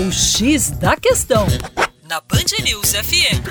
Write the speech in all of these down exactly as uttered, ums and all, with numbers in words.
O X da Questão, na Band News F M.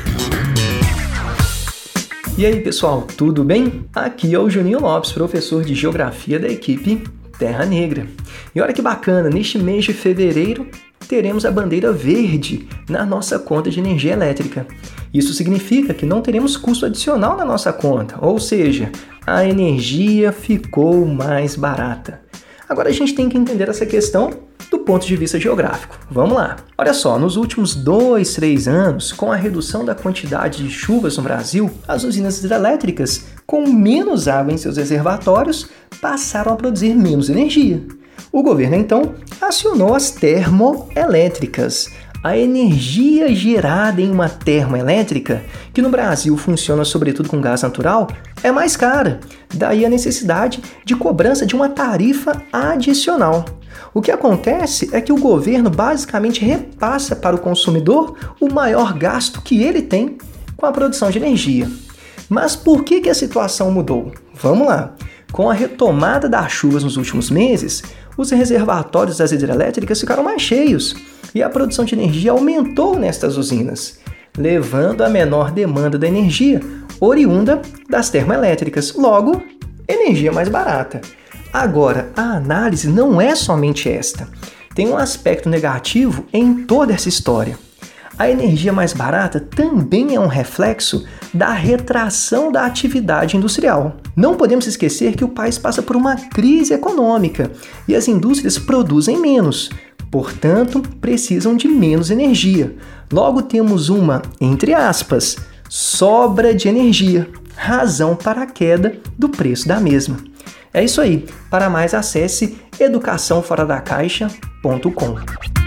E aí, pessoal, tudo bem? Aqui é o Juninho Lopes, professor de Geografia da equipe Terra Negra. E olha que bacana, neste mês de fevereiro, teremos a bandeira verde na nossa conta de energia elétrica. Isso significa que não teremos custo adicional na nossa conta, ou seja, a energia ficou mais barata. Agora a gente tem que entender essa questão do ponto de vista geográfico. Vamos lá. Olha só, nos últimos dois, três anos, com a redução da quantidade de chuvas no Brasil, as usinas hidrelétricas, com menos água em seus reservatórios, passaram a produzir menos energia. O governo, então, acionou as termoelétricas. A energia gerada em uma termoelétrica, que no Brasil funciona sobretudo com gás natural, é mais cara. Daí a necessidade de cobrança de uma tarifa adicional. O que acontece é que o governo basicamente repassa para o consumidor o maior gasto que ele tem com a produção de energia. Mas por que que a situação mudou? Vamos lá. Com a retomada das chuvas nos últimos meses, os reservatórios das hidrelétricas ficaram mais cheios e a produção de energia aumentou nestas usinas, levando a menor demanda da energia oriunda das termoelétricas, logo, energia mais barata. Agora, a análise não é somente esta. Tem um aspecto negativo em toda essa história. A energia mais barata também é um reflexo da retração da atividade industrial. Não podemos esquecer que o país passa por uma crise econômica e as indústrias produzem menos, portanto, precisam de menos energia. Logo, temos uma, entre aspas, sobra de energia, razão para a queda do preço da mesma. É isso aí. Para mais, acesse educação fora da caixa ponto com.